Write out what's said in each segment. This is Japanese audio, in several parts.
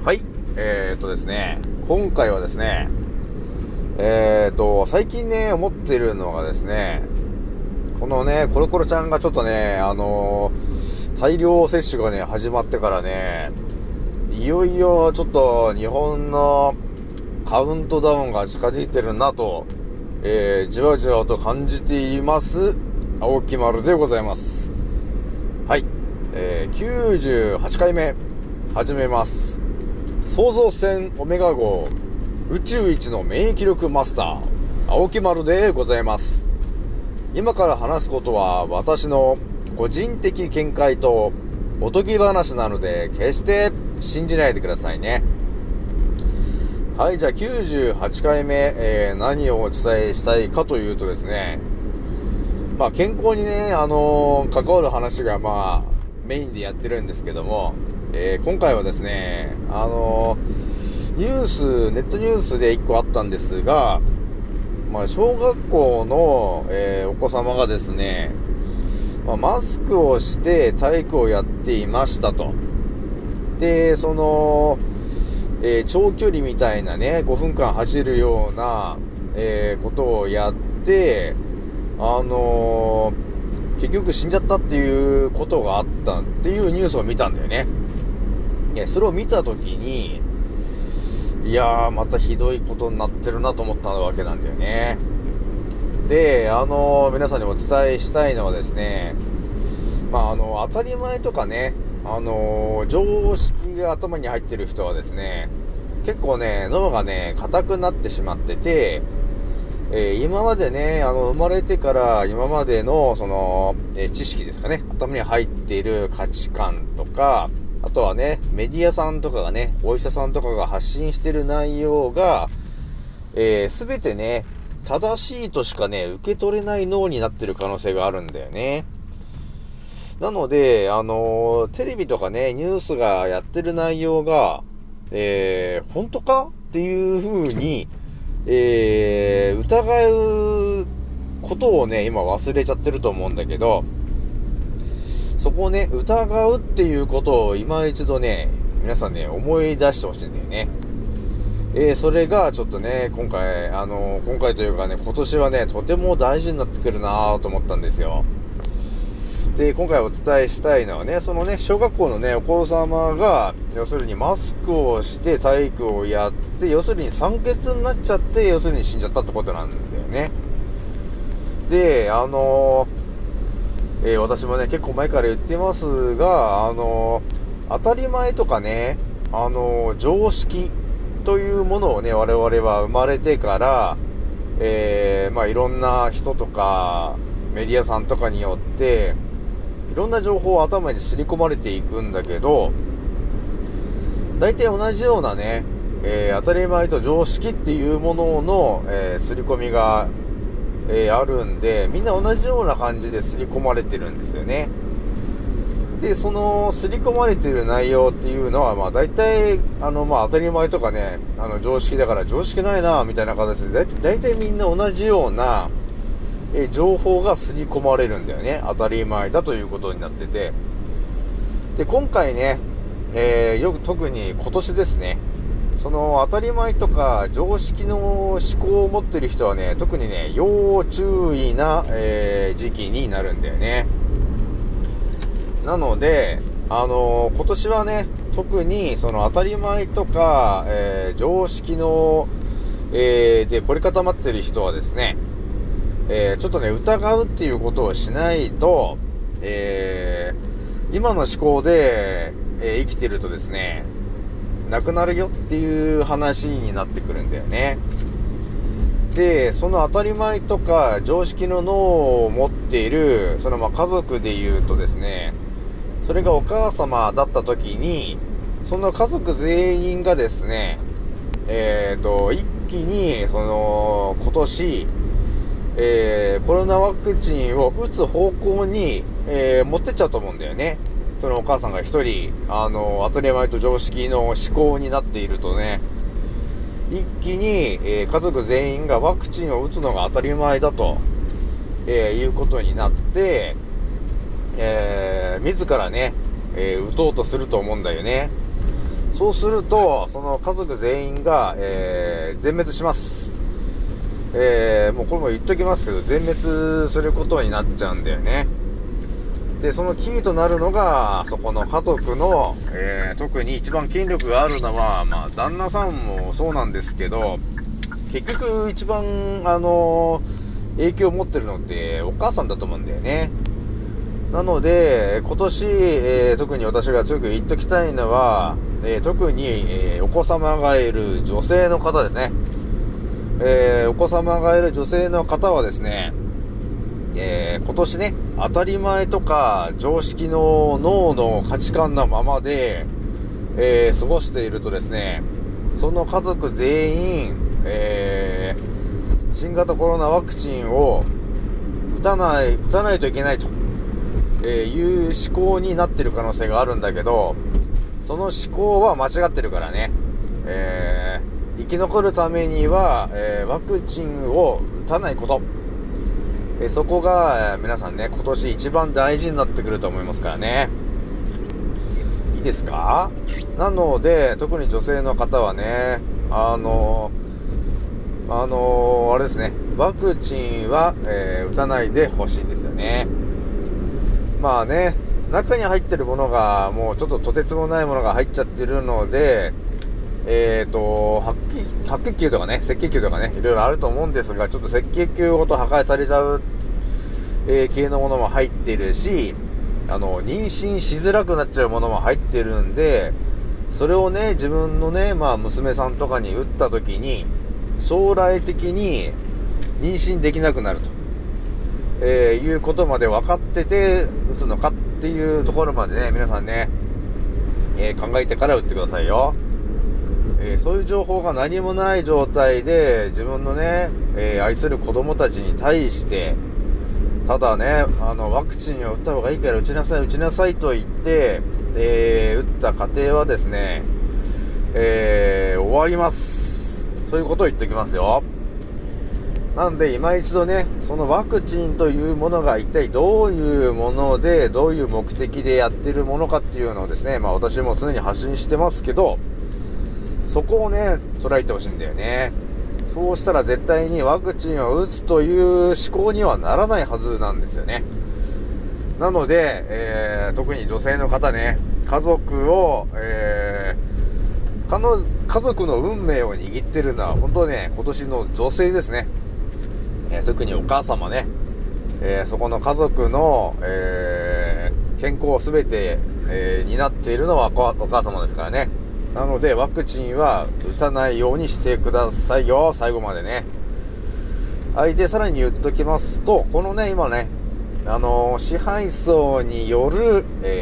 はい。ですね、今回はですね、最近ね、思ってるのがですね、このね、コロコロちゃんがちょっとね、大量接種がね、始まってからね、いよいよちょっと日本のカウントダウンが近づいてるなと、じわじわと感じています、青木丸でございます。はい。98回目、始めます。創造船オメガ号宇宙一の免疫力マスター青木丸でございます。今から話すことは私の個人的見解とおとぎ話なので決して信じないでくださいね。はい、じゃあ98回目、何をお伝えしたいかというとですね、健康にね、関わる話がメインでやってるんですけども、今回はですね、ネットニュースで1個あったんですが、小学校の、お子様がですね、マスクをして体育をやっていましたと。で、長距離みたいなね、5分間走るような、ことをやって、結局死んじゃったっていうことがあったっていうニュースを見たんだよね。それを見たときに、いやー、またひどいことになってるなと思ったわけなんだよね。で、皆さんにお伝えしたいのはですね、当たり前とかね、常識が頭に入ってる人はですね、結構ね、脳がね、硬くなってしまってて、今までね、生まれてから今までの、知識ですかね、頭に入っている価値観とか、あとはね、メディアさんとかがね、お医者さんとかが発信してる内容が、すべてね、正しいとしかね、受け取れない脳になってる可能性があるんだよね。なので、テレビとかね、ニュースがやってる内容が、本当かっていう風に、疑うことをね、今忘れちゃってると思うんだけど、そこをね、疑うっていうことを今一度ね、皆さんね、思い出してほしいんだよね。それがちょっとね、今回というかね、今年はね、とても大事になってくるなぁと思ったんですよ。で、今回お伝えしたいのはね、小学校のね、お子様が、要するにマスクをして体育をやって、要するに酸欠になっちゃって、要するに死んじゃったってことなんだよね。で、私もね、結構前から言ってますが、当たり前とかね、常識というものをね、我々は生まれてから、いろんな人とか、メディアさんとかによって、いろんな情報を頭に刷り込まれていくんだけど、大体同じようなね、当たり前と常識っていうものの、刷り込みが、あるんで、みんな同じような感じで刷り込まれてるんですよね。で、その刷り込まれてる内容っていうのは、大体、当たり前とかね、常識だから常識ないな、みたいな形で、大体みんな同じような、情報が刷り込まれるんだよね。当たり前だということになってて。で、今回ね、特に今年ですね、その当たり前とか常識の思考を持ってる人はね、特にね、要注意な、時期になるんだよね。なので、今年はね、特にその当たり前とか、常識の、で凝り固まってる人はですね、ちょっとね、疑うっていうことをしないと、今の思考で、生きてるとですね、なくなるよっていう話になってくるんだよね。で、その当たり前とか常識の脳を持っている、家族で言うとですね、それがお母様だった時に、その家族全員がですね、一気に、今年、コロナワクチンを打つ方向に、持ってっちゃうと思うんだよね。そのお母さんが一人、当たり前と常識の思考になっているとね、一気に、家族全員がワクチンを打つのが当たり前だと、いうことになって、自らね、打とうとすると思うんだよね。 そうすると、その家族全員が、全滅します。もうこれも言っときますけど、全滅することになっちゃうんだよね。で、そのキーとなるのが、そこの家族の、特に一番権力があるのは、まあ、旦那さんもそうなんですけど、結局一番、影響を持ってるのってお母さんだと思うんだよね。なので、今年、特に私が強く言っときたいのは、特に、お子様がいる女性の方ですね。お子様がいる女性の方はですね、今年ね、当たり前とか常識の脳の価値観のままで、過ごしているとですね、その家族全員、新型コロナワクチンを打たないといけないと、いう思考になっている可能性があるんだけど、その思考は間違ってるからね。生き残るためには、ワクチンを打たないこと。そこが、皆さんね、今年一番大事になってくると思いますからね。いいですか？なので、特に女性の方はね、あれですね、ワクチンは、打たないでほしいんですよね。まあね、中に入ってるものが、もうちょっととてつもないものが入っちゃってるので、白血球とかね、赤血球とかね、いろいろあると思うんですが、ちょっと赤血球ごと破壊されちゃう、系のものも入ってるし、妊娠しづらくなっちゃうものも入ってるんで、それをね、自分のね、まあ娘さんとかに打った時に、将来的に妊娠できなくなると、いうことまで分かってて打つのかっていうところまでね、皆さんね、考えてから打ってくださいよ。そういう情報が何もない状態で自分のね、愛する子供たちに対してただね、ワクチンを打った方がいいから打ちなさいと言って、打った過程はですね、終わりますということを言っておきますよ。なんで今一度ね、そのワクチンというものが一体どういうもので、どういう目的でやってるものかっていうのをですね、まあ私も常に発信してますけど、そこをね、捉えてほしいんだよね。そうしたら絶対にワクチンを打つという思考にはならないはずなんですよね。なので、特に女性の方ね、家族を、家族の運命を握ってるのは本当ね、今年の女性ですね。特にお母様ね、そこの家族の、健康を全て、担っているのはお母様ですからね。なのでワクチンは打たないようにしてくださいよ、最後までね。はい。でさらに言っときますと、このね、今ね、支配層による、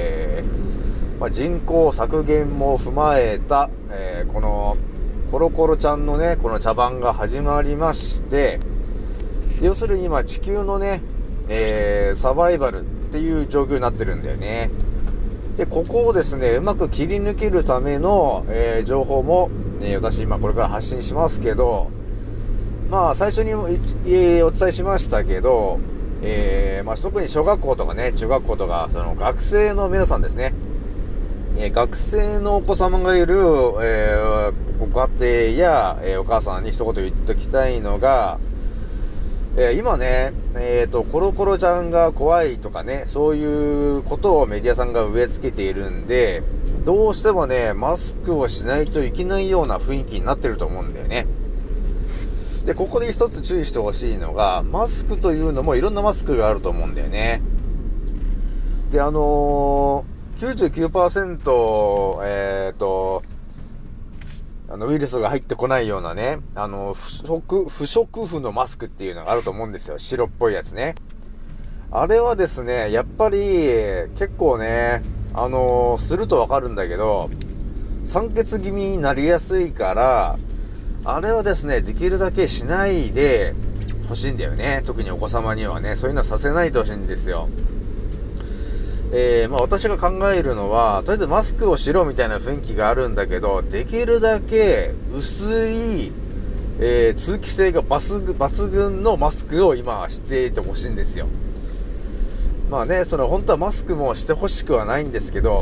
人口削減も踏まえた、このコロコロちゃんのね、この茶番が始まりまして、要するに今地球のね、サバイバルっていう状況になってるんだよね。でここをですね、うまく切り抜けるための、情報も、私今これから発信しますけど、まあ最初にお伝えしましたけど、特に小学校とかね、中学校とか、その学生の皆さんですね、学生のお子様がいる、ご家庭や、お母さんに一言言っときたいのが、今ね、コロコロちゃんが怖いとかね、そういうことをメディアさんが植え付けているんで、どうしてもね、マスクをしないといけないような雰囲気になってると思うんだよね。で、ここで一つ注意してほしいのが、マスクというのもいろんなマスクがあると思うんだよね。で、99%、ウイルスが入ってこないようなね、不織布のマスクっていうのがあると思うんですよ。白っぽいやつね。あれはですね、やっぱり結構ね、するとわかるんだけど、酸欠気味になりやすいから、あれはですね、できるだけしないでほしいんだよね。特にお子様にはね、そういうのはさせないでほしいんですよ。私が考えるのは、とりあえずマスクをしろみたいな雰囲気があるんだけど、できるだけ薄い、通気性が抜群のマスクを今していてほしいんですよ。まあね、本当はマスクもしてほしくはないんですけど、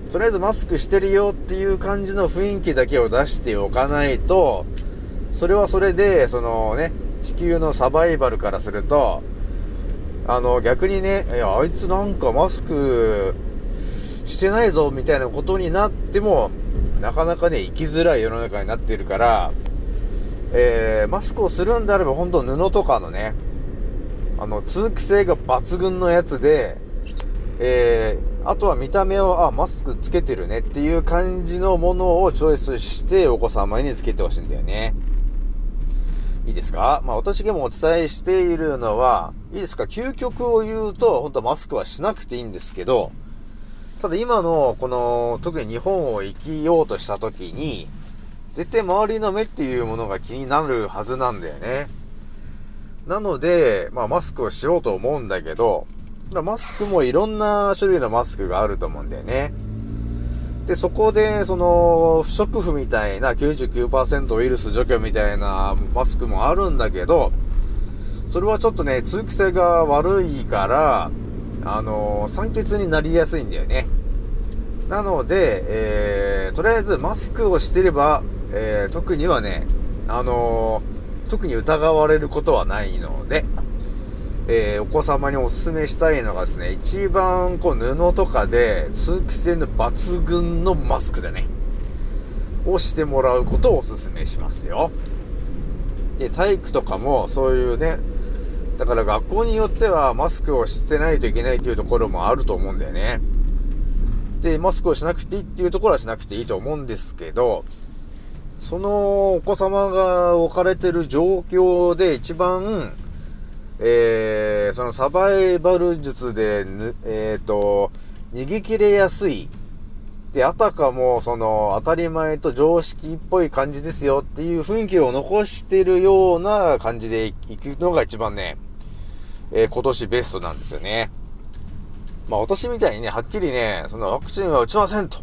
とりあえずマスクしてるよっていう感じの雰囲気だけを出しておかないと、それはそれで、そのね、地球のサバイバルからすると、逆にね、あいつなんかマスクしてないぞみたいなことになっても、なかなかね、生きづらい世の中になっているから、マスクをするんであれば本当布とかのね、通気性が抜群のやつで、あとは見た目を、マスクつけてるねっていう感じのものをチョイスしてお子様につけてほしいんだよね。いいですか？私がもお伝えしているのは、いいですか？究極を言うと、本当はマスクはしなくていいんですけど、ただ今の、特に日本を生きようとした時に、絶対周りの目っていうものが気になるはずなんだよね。なので、マスクをしようと思うんだけど、マスクもいろんな種類のマスクがあると思うんだよね。で、そこで、不織布みたいな 99% ウイルス除去みたいなマスクもあるんだけど、それはちょっとね、通気性が悪いから、酸欠になりやすいんだよね。なので、とりあえずマスクをしてれば、特にはね、特に疑われることはないので、お子様におすすめしたいのがですね、一番布とかで通気性の抜群のマスクでね、をしてもらうことをおすすめしますよ。で、体育とかもそういうね、だから学校によってはマスクをしてないといけないというところもあると思うんだよね。で、マスクをしなくていいっていうところはしなくていいと思うんですけど、そのお子様が置かれてる状況で一番そのサバイバル術で逃げ切れやすいで、あたかも当たり前と常識っぽい感じですよっていう雰囲気を残してるような感じでいくのが一番ね、今年ベストなんですよね。私みたいにね、はっきりね、そのワクチンは打ちませんと、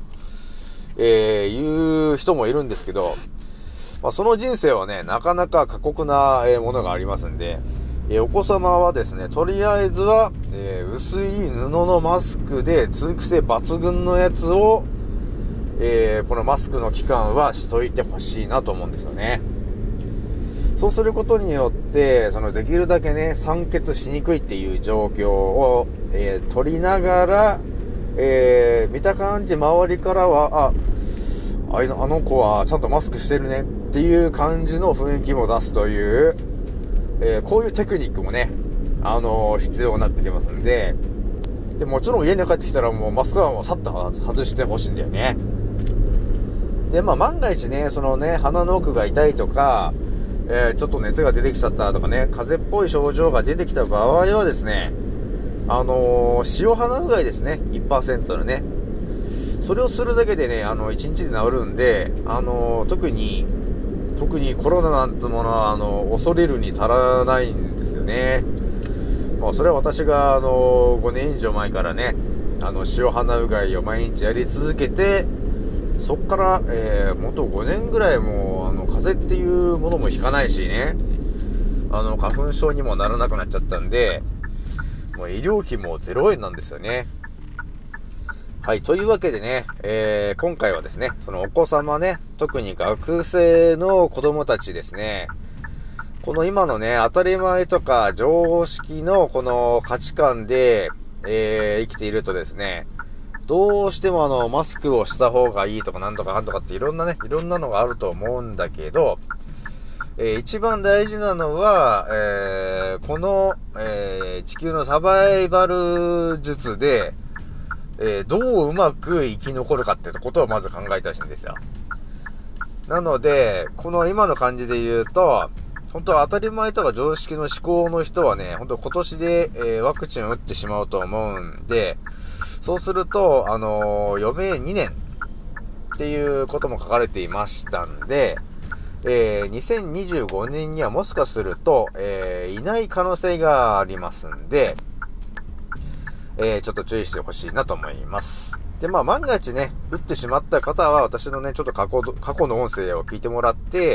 いう人もいるんですけど、その人生はね、なかなか過酷なものがありますんで、お子様はですね、とりあえずは、薄い布のマスクで通気性抜群のやつを、このマスクの期間はしといてほしいなと思うんですよね。そうすることによって、できるだけね、酸欠しにくいっていう状況を、取りながら、見た感じ周りからは、あの子はちゃんとマスクしてるねっていう感じの雰囲気も出すという、こういうテクニックもね、必要になってきますんで、もちろん家に帰ってきたらもうマスクはもうさっと外してほしいんだよね。で、万が一ね、鼻の奥が痛いとか、ちょっと熱が出てきちゃったとかね、風邪っぽい症状が出てきた場合はですね、塩鼻うがいですね、1% のね。それをするだけでね、1日で治るんで、特にコロナなんてものは、恐れるに足らないんですよね。それは私が、5年以上前からね、塩鼻うがいを毎日やり続けて、そっから、もっと5年ぐらいもう、風邪っていうものもひかないしね、花粉症にもならなくなっちゃったんで、もう医療費も0円なんですよね。はい、というわけでね、今回はですね、そのお子様ね、特に学生の子供たちですね、この今のね、当たり前とか常識のこの価値観で、生きているとですね、どうしてもマスクをした方がいいとかなんとかなんとかっていろんなのがあると思うんだけど、一番大事なのは、この、地球のサバイバル術で、どううまく生き残るかってことをまず考えてほしいんですよ。なので、この今の感じで言うと、本当当たり前とか常識の思考の人はね、本当今年で、ワクチンを打ってしまうと思うんで、そうすると、余命2年っていうことも書かれていましたんで、2025年にはもしかすると、いない可能性がありますんで、ちょっと注意してほしいなと思います。で、万が一ね、打ってしまった方は、私のね、ちょっと過去の音声を聞いてもらって、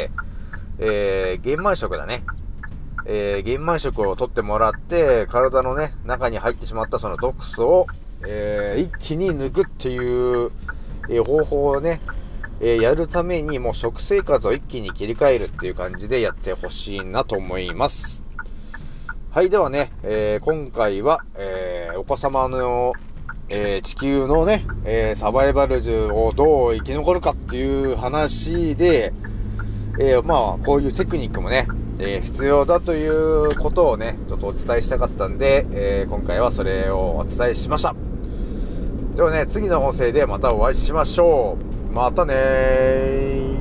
玄米食だね。玄米食を取ってもらって、体のね、中に入ってしまったその毒素を、一気に抜くっていう、 方法をね、やるためにもう食生活を一気に切り替えるっていう感じでやってほしいなと思います。はい、ではね、今回は、お子様の、地球のね、サバイバルをどう生き残るかっていう話で、まあこういうテクニックもね、必要だということをねちょっとお伝えしたかったんで、今回はそれをお伝えしました。ではね、次の音声でまたお会いしましょう。またねー。